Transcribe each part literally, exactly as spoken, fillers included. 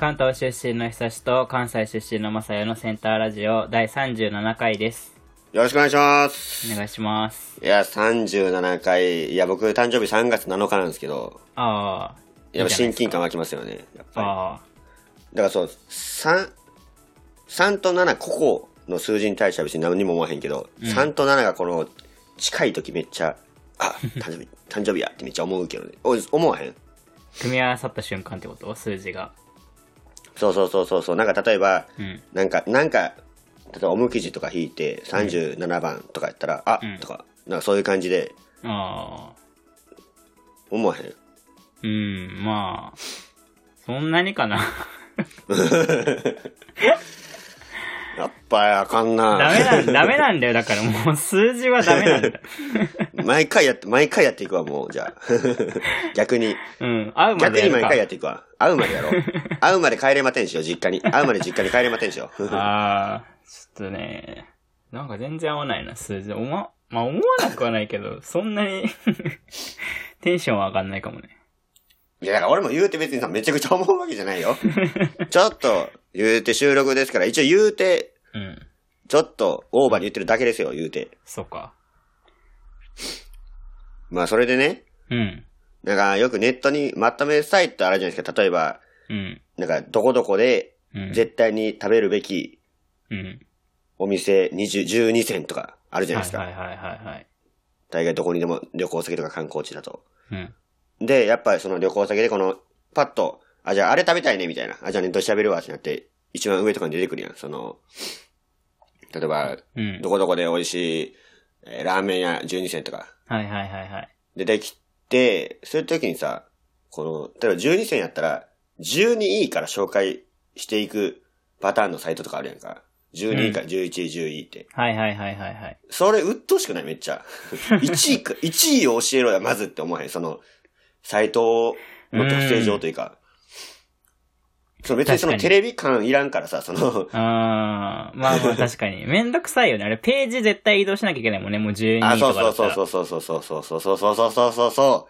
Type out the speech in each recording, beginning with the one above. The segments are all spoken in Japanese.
関東出身の久しと関西出身のまさやのセンターラジオだいさんじゅうななかいです。 よろしくお願いします。 お願いします。 いや、さんじゅうななかい。いや、僕、誕生日さんがつなのかなんですけど。 ああ。 やっぱ親近感湧きますよね。やっぱり。 ああ。 だからそう、さん、さんとなな、個々の数字に対しては別に何も思わへんけど、うん、さんとなながこの、近い時めっちゃ、あ、誕生日、誕生日やってめっちゃ思うけどね。思わへん？ 組み合わさった瞬間ってこと？数字が。 そうそうそうそうそう。なんか例えば、 うん、 なんか、なんか、例えばおむきじとか引いてさんじゅうななばんとかやったら、うん、あ、うん、とか、なんかそういう感じで、 ああ。 思わへん？ うーん、まあ、そんなにかな。 やっぱあかんな。 ダメなん、ダメなんだよ。だからもう数字はダメなんだ。 毎回やって、毎回やっていくわ、もう、じゃあ。逆に。 うん、会うまで逆に毎回やっていくわ。会うまでやろう。会うまで帰れまてんしよ、実家に。会うまで実家に帰れまてんしよ。 ああ、ちょっとね、なんか全然合わないな、数字。おま、まあ思わなくはないけど、そんなにテンションは上がんないかもね。 いや、だから俺も言うて別にさ、めちゃくちゃ思うわけじゃないよ。ちょっと、言うて収録ですから、一応言うて、 うん。 ちょっと、オーバーに言ってるだけですよ、言うて。 そうか。 まあ、それでね。 うん。 なんか、よくネットにまとめサイトあるじゃないですか。例えば、 うん。 なんか、どこどこで、絶対に食べるべき、 うん。 お店にじゅう、じゅうにせんとか、あるじゃないですか。 はいはいはいはいはい。 大概どこにでも旅行先とか観光地だと。 うん。 で、やっぱりその旅行先でこの、パッと、あ、じゃああれ食べたいね、みたいな。あ、じゃあネットで喋るわ、ってなって、一番上とかに出てくるやん。その、例えば、うん、どこどこで美味しい、えー、ラーメン屋じゅうにせんとか。 はいはいはいはい。 で、できて、そういう時にさ、この、例えばじゅうにせんやったら、じゅうにいから紹介していくパターンのサイトとかあるやんか。じゅうにいからじゅういちい、じゅういって。 はいはいはいはいはい。 それ、うっとうしくないめっちゃ。いちいか、いちいを教えろや、まずって思わへん。その、サイトの特性上というか。そう、別にそのテレビ感いらんからさ、その。 あー、まあまあ確かに。めんどくさいよね。あれ、ページ絶対移動しなきゃいけないもんね、もうじゅうにとかだったら。 あ、そうそうそうそうそうそうそうそうそうそうそうそうそう。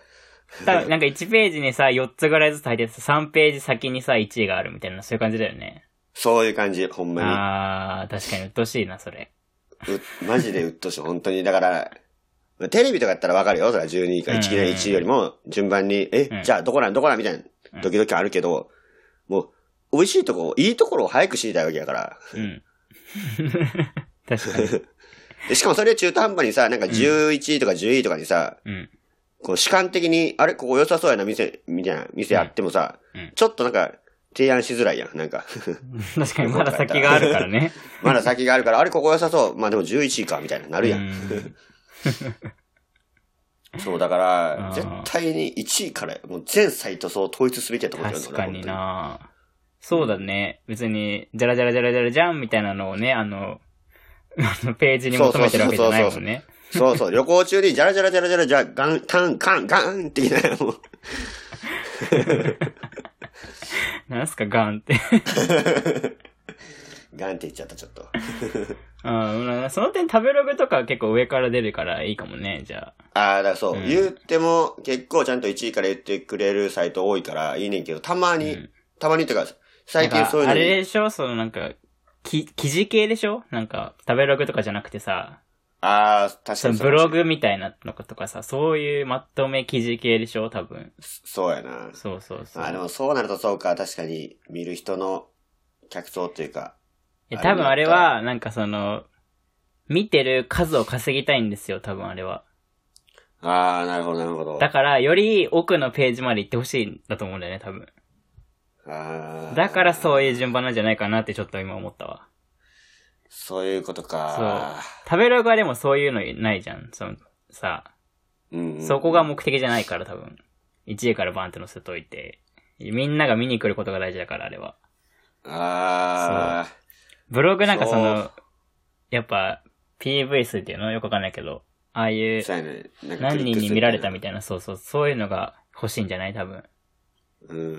多分なんかいちページにさ、よっつぐらいずつ入っててさんページ先にさ、いちいがあるみたいな、そういう感じだよね。 そういう感じ、ほんまに。 あー、確かにうっとうしいな、それ。 う、マジでうっとうしい、本当に。だから、テレビとかやったらわかるよ。それはじゅうにいかいちいよりも、順番に、え、うん、じゃあどこなんどこなんみたいな、ドキドキあるけど、うん、もう、美味しいとこ、いいところを早く知りたいわけやから。 うん。確かに。 でしかもそれ中途半端にさ、なんかじゅういちいとかじゅういとかにさ、うん、こう主観的に、あれここ良さそうやな店、みたいな店あってもさ、うんうん、ちょっとなんか、提案しづらいやん、なんか。 確かにまだ先があるからね。 まだ先があるから、あれここ良さそう。まあでもじゅういちいか、みたいな、なるやん。そう、だから、絶対にいちいから、もう全サイトそう統一すべきやと思ってるんだ。確かになそうだね。別に、じゃらじゃらじゃらじゃらじゃんみたいなのをね、あの、あのページに求めてるわけじゃないもんね。 そうそう、旅行中にじゃらじゃらじゃらじゃらじゃ、ガン、タン、カン、ガンって言いなよ、もう。 なんすか、ガンって。 ガンって言っちゃった、ちょっと。 うん、その点食べログとか結構上から出るからいいかもね、じゃあ。ああ、だからそう、うん、言っても結構ちゃんといちいから言ってくれるサイト多いからいいねんけど、たまに、うん、たまにってか、最近そういうの。 あれでしょそのなんか、き、記事系でしょなんか、食べログとかじゃなくてさ。 ああ、確かに。 ブログみたいなのとかさ、そういうまとめ記事系でしょ多分。 そうやな。 そうそうそう。 あでもそうなるとそうか、確かに見る人の客層っていうか。 いや、多分あれは、なんかその、見てる数を稼ぎたいんですよ、多分あれは。 ああ、なるほどなるほど。 だから、より奥のページまで行ってほしいんだと思うんだよね、多分。 あだからそういう順番なんじゃないかなってちょっと今思ったわ。 そういうことか。 そう。食べログはでもそういうのないじゃん。その、さ、 うんうん、 そこが目的じゃないから多分。いちいからバンって載せといて。みんなが見に来ることが大事だから、あれは。 ああ。 ブログなんかその、やっぱ、ピーブイ 数っていうのよくわかんないけど、ああいう、何人に見られたみたいな、そうそう、そういうのが欲しいんじゃない多分。 うーん、うん。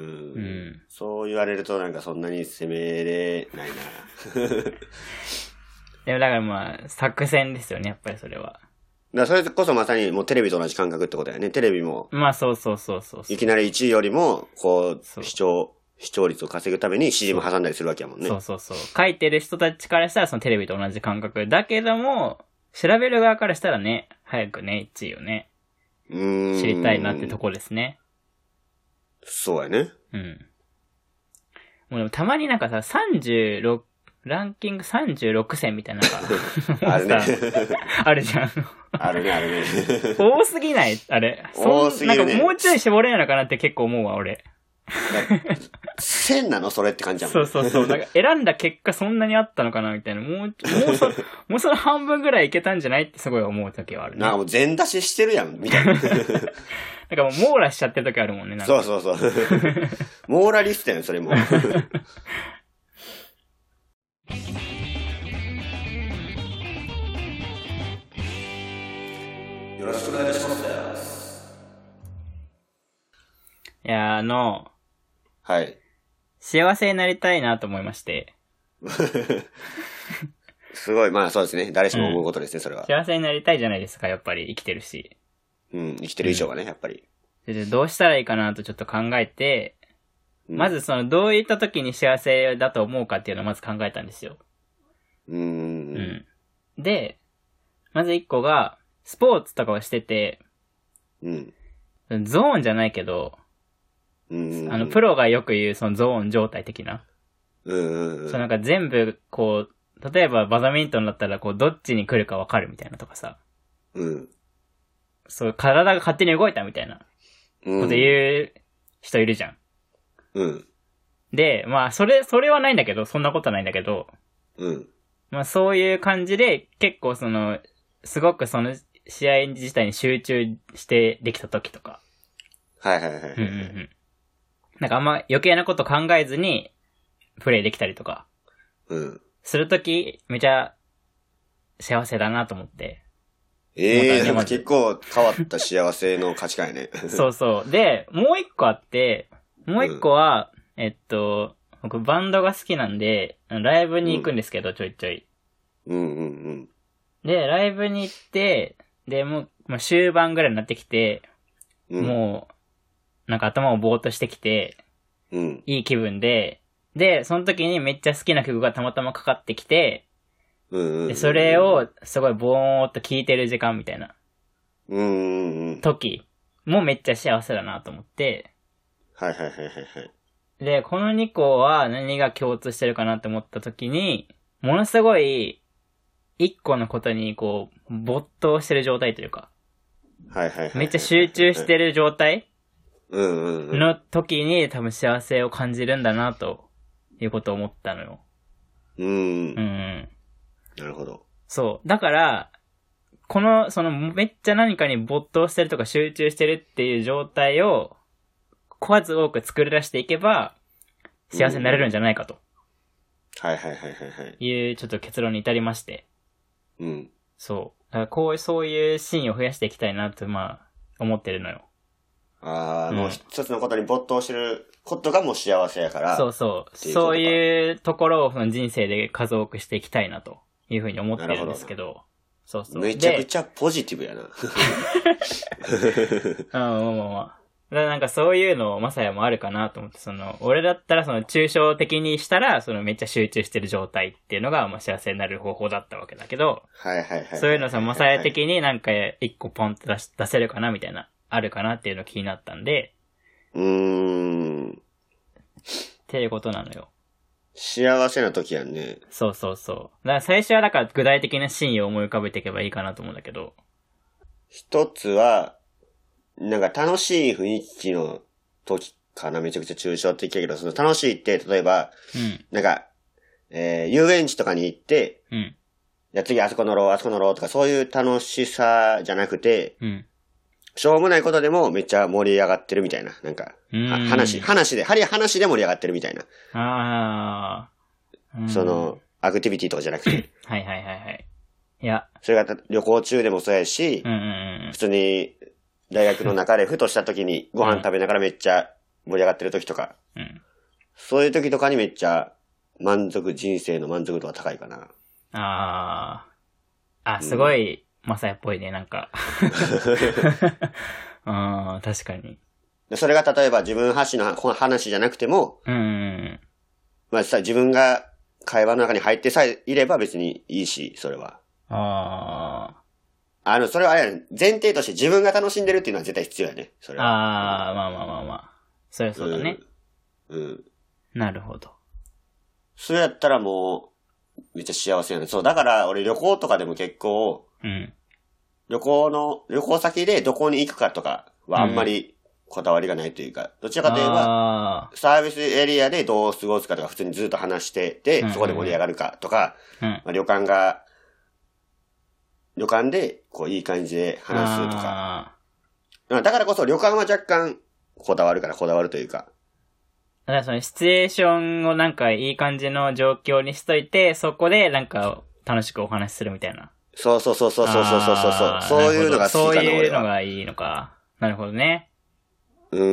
そう言われるとなんかそんなに攻めれないな。 でもだからまあ、作戦ですよね、やっぱりそれは。 だからそれこそまさにもうテレビと同じ感覚ってことだよね。テレビも。 まあそうそうそうそう。 いきなりいちいよりも、こう、視聴、 視聴率を稼ぐために シーエム 挟んだりするわけやもんね。 そうそうそう。書いてる人たちからしたらそのテレビと同じ感覚。だけども、調べる側からしたらね、早くね、いちいをね、 うーん。 知りたいなってとこですね。 そうやね。 うん。もうでもたまになんかさ、さんじゅうろく、ランキングさんじゅうろく選みたいなのが。 あるね。 あるじゃん。 あるね、あるね。 多すぎないあれ。 多すぎるね。 なんかもうちょい絞れないのかなって結構思うわ、俺。 線なのそれって感じやもん。そうそうそう。なんか選んだ結果そんなにあったのかなみたいな。もう、もうそ、もうその半分ぐらいいけたんじゃないってすごい思う時はあるね。 なんかもう全出ししてるやん、みたいな。なんかもう網羅しちゃってる時あるもんね。なんかそうそうそう。網羅リストやん、それも。よろしくお願いします。 いや、あの、 はい。 幸せになりたいなと思いまして。 すごい、まあそうですね。誰しも思うことですね、うん、それは。 幸せになりたいじゃないですか、やっぱり生きてるし。 うん、生きてる以上はね、うん、やっぱり。 で、どうしたらいいかなとちょっと考えて、うん、まずその、どういった時に幸せだと思うかっていうのをまず考えたんですよ。 うーん。うん。 で、まず一個が、スポーツとかをしてて、 うん。 ゾーンじゃないけど、 うん。 あの、プロがよく言うそのゾーン状態的な。 うん。 そうなんか全部、こう、例えばバドミントンだったら、こう、どっちに来るかわかるみたいなとかさ。 うん。 そう、体が勝手に動いたみたいなこと言う人いるじゃん。 うん。 で、まあ、それ、それはないんだけど、そんなことはないんだけど、 うん。 まあ、そういう感じで、結構その、すごくその、試合自体に集中してできた時とか。 はいはいはい。 うんうんうん。なんかあんま余計なこと考えずに、プレイできたりとか。 うん。 するとき、めちゃ、幸せだなと思って。 ええー、ま、結構変わった幸せの価値観やね。 そうそう。で、もう一個あって、もう一個は、うん、えっと、僕バンドが好きなんで、ライブに行くんですけど、うん、ちょいちょい。 うんうんうん。 で、ライブに行って、で、もう、まあ、終盤ぐらいになってきて、うん、もう、なんか頭をぼーっとしてきて、 うん、 いい気分で、で、その時にめっちゃ好きな曲がたまたまかかってきて、 うんうんうん、 で、それをすごいぼーっと聴いてる時間みたいな、 うんうんうん、 時もめっちゃ幸せだなと思って、 はいはいはいはいはい。 で、このにこは何が共通してるかなって思った時に、ものすごい、一個のことにこう、没頭してる状態というか、 はいはいはい。 めっちゃ集中してる状態うんうんうん。 の時に多分幸せを感じるんだなということを思ったのよ。 うん。 うん。 なるほど。 そう。だから、この、そのめっちゃ何かに没頭してるとか集中してるっていう状態を数多く作り出していけば幸せになれるんじゃないかと。 はいはいはいはいはい。 いうちょっと結論に至りまして。 うん。 そう。だからこう、そういうシーンを増やしていきたいなと、まあ、思ってるのよ。 ああ、もう一つのことに没頭してることがもう幸せやから。 そうそう。そういうところをその人生で数多くしていきたいなというふうに思ってるんですけど。どそうそう。 めちゃくちゃポジティブやな。 うん、まあまあまあ。だからなんかそういうのまさやもあるかなと思って、その、俺だったらその抽象的にしたら、そのめっちゃ集中してる状態っていうのが、まあ幸せになる方法だったわけだけど、 はいはいはい。 そういうのさ、まさや的になんか一個ポンと出し出せるかなみたいな、あるかなっていうの気になったんで、 うーん。 っていうことなのよ。 幸せな時やんね。 そうそうそう。だから最初はだから具体的なシーンを思い浮かべていけばいいかなと思うんだけど。 一つは、なんか楽しい雰囲気の時かな、めちゃくちゃ抽象的やけど、その楽しいって、例えば、 うん、 なんか、えー、遊園地とかに行って、 うん、 じゃあ次あそこ乗ろう、あそこ乗ろうとか、そういう楽しさじゃなくて、 うん、 しょうもないことでもめっちゃ盛り上がってるみたいな。なんか、話、話で、はり話で盛り上がってるみたいな。 ああ。その、アクティビティとかじゃなくて。 はいはいはいはい。いや。 それが旅行中でもそうやし、 うんうんうん、 普通に大学の中でふとした時にご飯食べながらめっちゃ盛り上がってる時とか。 うん、 そういう時とかにめっちゃ満足、人生の満足度が高いかな。 ああ。あ、すごい、まさやっぽいね、なんか。ああ、確かに。 でそれが例えば自分発信の話じゃなくても、 うん。 まあさ、自分が会話の中に入ってさえいれば別にいいし、それは。 ああ。 あの、それはあれやね、前提として自分が楽しんでるっていうのは絶対必要やね。それは。 ああ、まあまあまあまあ。そりゃそうだね。 うん。うん。 なるほど。 それやったらもう、めっちゃ幸せやね。そう、だから俺旅行とかでも結構、 うん。 旅行の、旅行先でどこに行くかとかはあんまりこだわりがないというか、うん、どちらかといえば、サービスエリアでどう過ごすかとか普通にずっと話してて、うんうんうん、そこで盛り上がるかとか、うんまあ、旅館が、旅館でこういい感じで話すとか。だからこそ旅館は若干こだわるからこだわるというか。 だからそのシチュエーションをなんかいい感じの状況にしといて、そこでなんか楽しくお話しするみたいな。 そうそうそうそうそうそうそうそう。そういうのが好きかな、 そういうのがいいのか。なるほどね。 うん。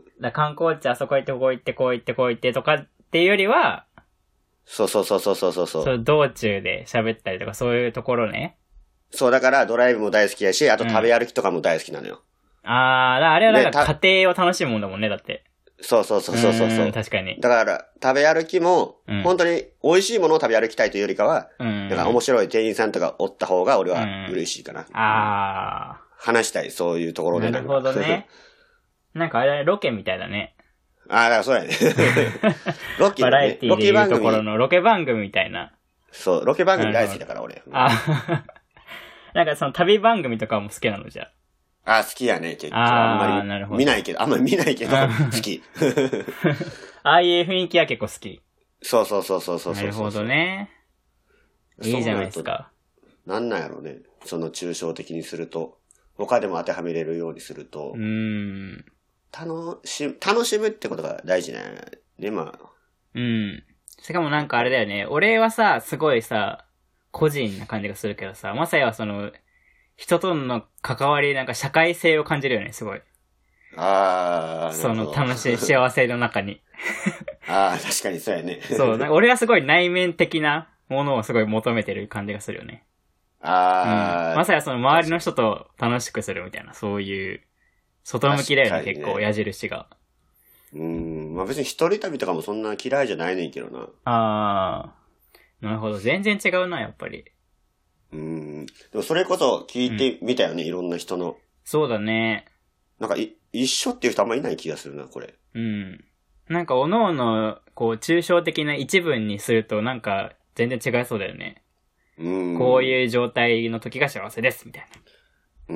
だ観光地あそこ行ってこう行ってこう行ってこう行ってとかっていうよりは、 そうそうそうそうそうそう。 そう道中で喋ったりとかそういうところね。 そうだからドライブも大好きやし、あと食べ歩きとかも大好きなのよ。 うん、ああ、あれはなんか家庭を楽しむもんだもんね、だって。 そうそうそうそうそうそう。 確かに。 だから食べ歩きも、うん、本当に美味しいものを食べ歩きたいというよりかは、うん、だから面白い店員さんとかおった方が俺は嬉しいかな。うん、 ああ。 話したい、そういうところで。 なるほどね。なんかあれロケみたいだね。 ああ、だからそうやね。ロケ、ね、 バラエティでいうところのロケ番組みたいな。 そう、ロケ番組大好きだから俺。 あなんかその旅番組とかも好きなのじゃあ。あ、好きやね、結構。あんまり見ないけど、あんまり見ないけど、好き。 ああいう雰囲気は結構好き。 そうそうそうそうそうそう。 なるほどね。いいじゃないですか。 なんなんやろうね。その抽象的にすると。他でも当てはめれるようにすると。 うーん。 楽し、楽しむってことが大事ね。ね、まあ。 うん。しかもなんかあれだよね。俺はさ、すごいさ、個人な感じがするけどさ、まさやはその、人との関わり、なんか社会性を感じるよね、すごい。 ああ、 その楽しい幸せの中に。 ああ、確かにそうやね。 そう、なんか俺はすごい内面的なものをすごい求めてる感じがするよね。 ああ、 うん。まさやその周りの人と楽しくするみたいな、そういう、外向きだよね、結構、矢印が。 うーん、まあ別に一人旅とかもそんな嫌いじゃないねんけどな。 ああ、なるほど。全然違うな、やっぱり。 うーん。でもそれこそ聞いてみたよね、うん、いろんな人の。 そうだね。 なんかい、一緒っていう人あんまいない気がするな、これ。 うん。なんか、おのおの、こう、抽象的な一文にすると、なんか、全然違いそうだよね。 うん。 こういう状態の時が幸せです、みたいな。うん。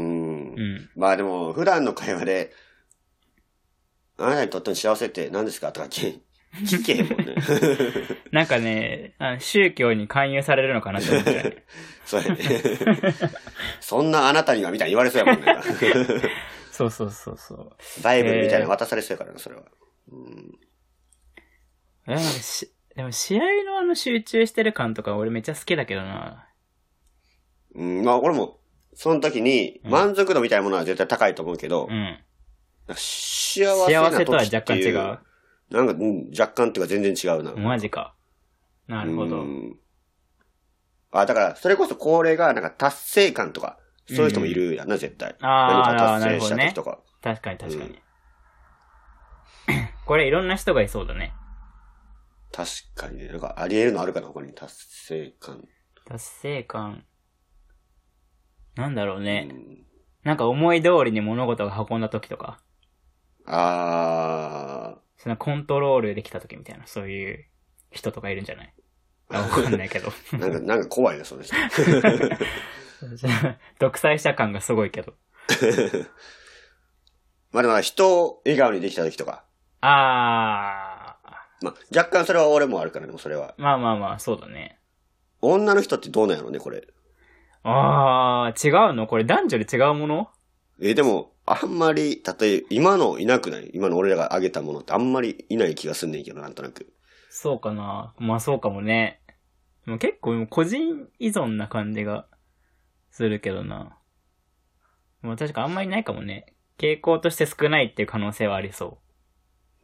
うん。まあでも、普段の会話で、あなたにとっての幸せって何ですかとか聞けへんもんね。 なんかね、あの宗教に勧誘されるのかなって思っちゃうね。 そうやね。そんなあなたにはみたいに言われそうやもんね。 そうそうそうそう。 バイブルみたいな渡されそうやからな、それは。うん。 でもし、でも試合のあの集中してる感とか俺めっちゃ好きだけどな。 うん、まあ俺も、その時に満足度みたいなものは絶対高いと思うけど、うん。幸せな時っていう。 幸せとは若干違う。 なんか、うん、若干っていうか全然違うな。 マジか。なるほど。うん、 あ、だから、それこそこれがなんか達成感とか、そういう人もいるやな、うん、絶対。 ああ、 何か達成した時とか。 ね、確かに確かに。うん、これいろんな人がいそうだね。 確かにね。なんかあり得るのあるかな、ここに達成感。 達成感。なんだろうね。うん、なんか思い通りに物事が運んだ時とか。 ああ。 そのコントロールできた時みたいな、そういう人とかいるんじあわかんないけど。 なんか、なんか怖いな、その人。 独裁者感がすごいけど。 まあでも人を笑顔にできた時とか。 ああ。 まあ若干それは俺もあるからね、それは。 まあまあまあ、そうだね。 女の人ってどうなんやろうね、これ。 ああ、違うのこれ男女で違うものえー、でも、あんまり、例え、今のいなくない今の俺らが挙げたものってあんまりいない気がすんねんけど、なんとなく。 そうかな。まあそうかもね。でも結構個人依存な感じがするけどな。まあ確かあんまりないかもね。傾向として少ないっていう可能性はありそう。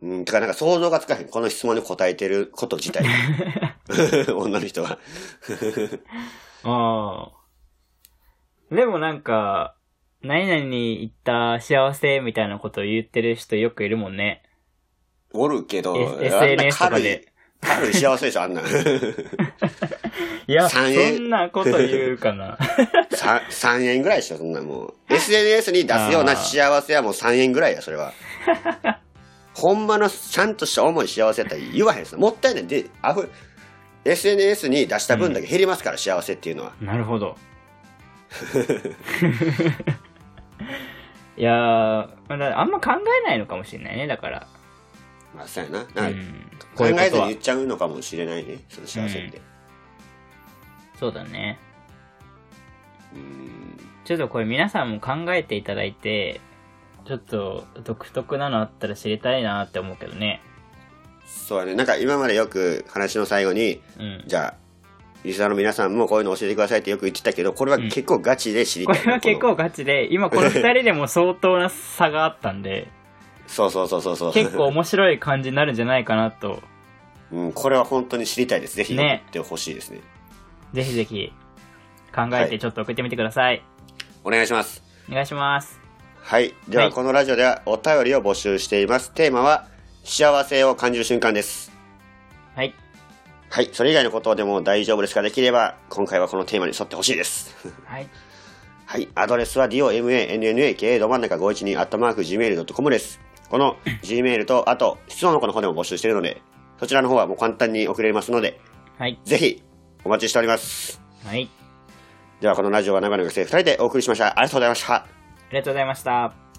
うん、てかなんか想像がつかへん。この質問に答えてること自体。女の人は。 ああ。でもなんか、 何々に行った幸せみたいなことを言ってる人よくいるもんね。 おるけど、 エスエヌエス とかで。 軽い幸せでしょ、あんな。 いや、そんなこと言うかな。 ささんえんぐらいでしょ、そんなもう。エスエヌエス に出すような幸せはもうさんえんぐらいや、それは。ほんまのちゃんとした重い幸せやったら言わへんす。もったいない。で、あふ、エスエヌエス に出した分だけ減りますから、うん、幸せっていうのは。 なるほど。いやー、あんま考えないのかもしれないね、だから。 まあ、そうやな。なんか、うん、 こういう考えずに言っちゃうのかもしれないね、その幸せって。うん、 そうだね。うん。ちょっとこれ皆さんも考えていただいて、ちょっと独特なのあったら知りたいなって思うけどね。 そうだね。なんか今までよく話の最後に、うん、じゃあ、リスナーの皆さんもこういうの教えてくださいってよく言ってたけど、これは結構ガチで知りたい、うん。 これは結構ガチで、今この二人でも相当な差があったんで、 そうそうそうそうそう。 結構面白い感じになるんじゃないかなと。 うん、これは本当に知りたいです。ぜひ言ってほしいですね。 ぜひぜひ考えてちょっと送ってみてください。はい、 お願いします。 お願いします。 はい。では、はい、このラジオではお便りを募集しています。テーマは、幸せを感じる瞬間です。 はい。 はい。それ以外のことでも大丈夫ですが、できれば、今回はこのテーマに沿ってほしいです。 はい。 はい。アドレスは ディオマナカど真ん中ごいちにアットマークジーメールドットコム です。この Gmail と、あと、質問箱の方でも募集しているので、そちらの方はもう簡単に送れますので、 はい。 ぜひ、お待ちしております。 はい。 では、このラジオは長野学生ふたりでお送りしました。ありがとうございました。 ありがとうございました。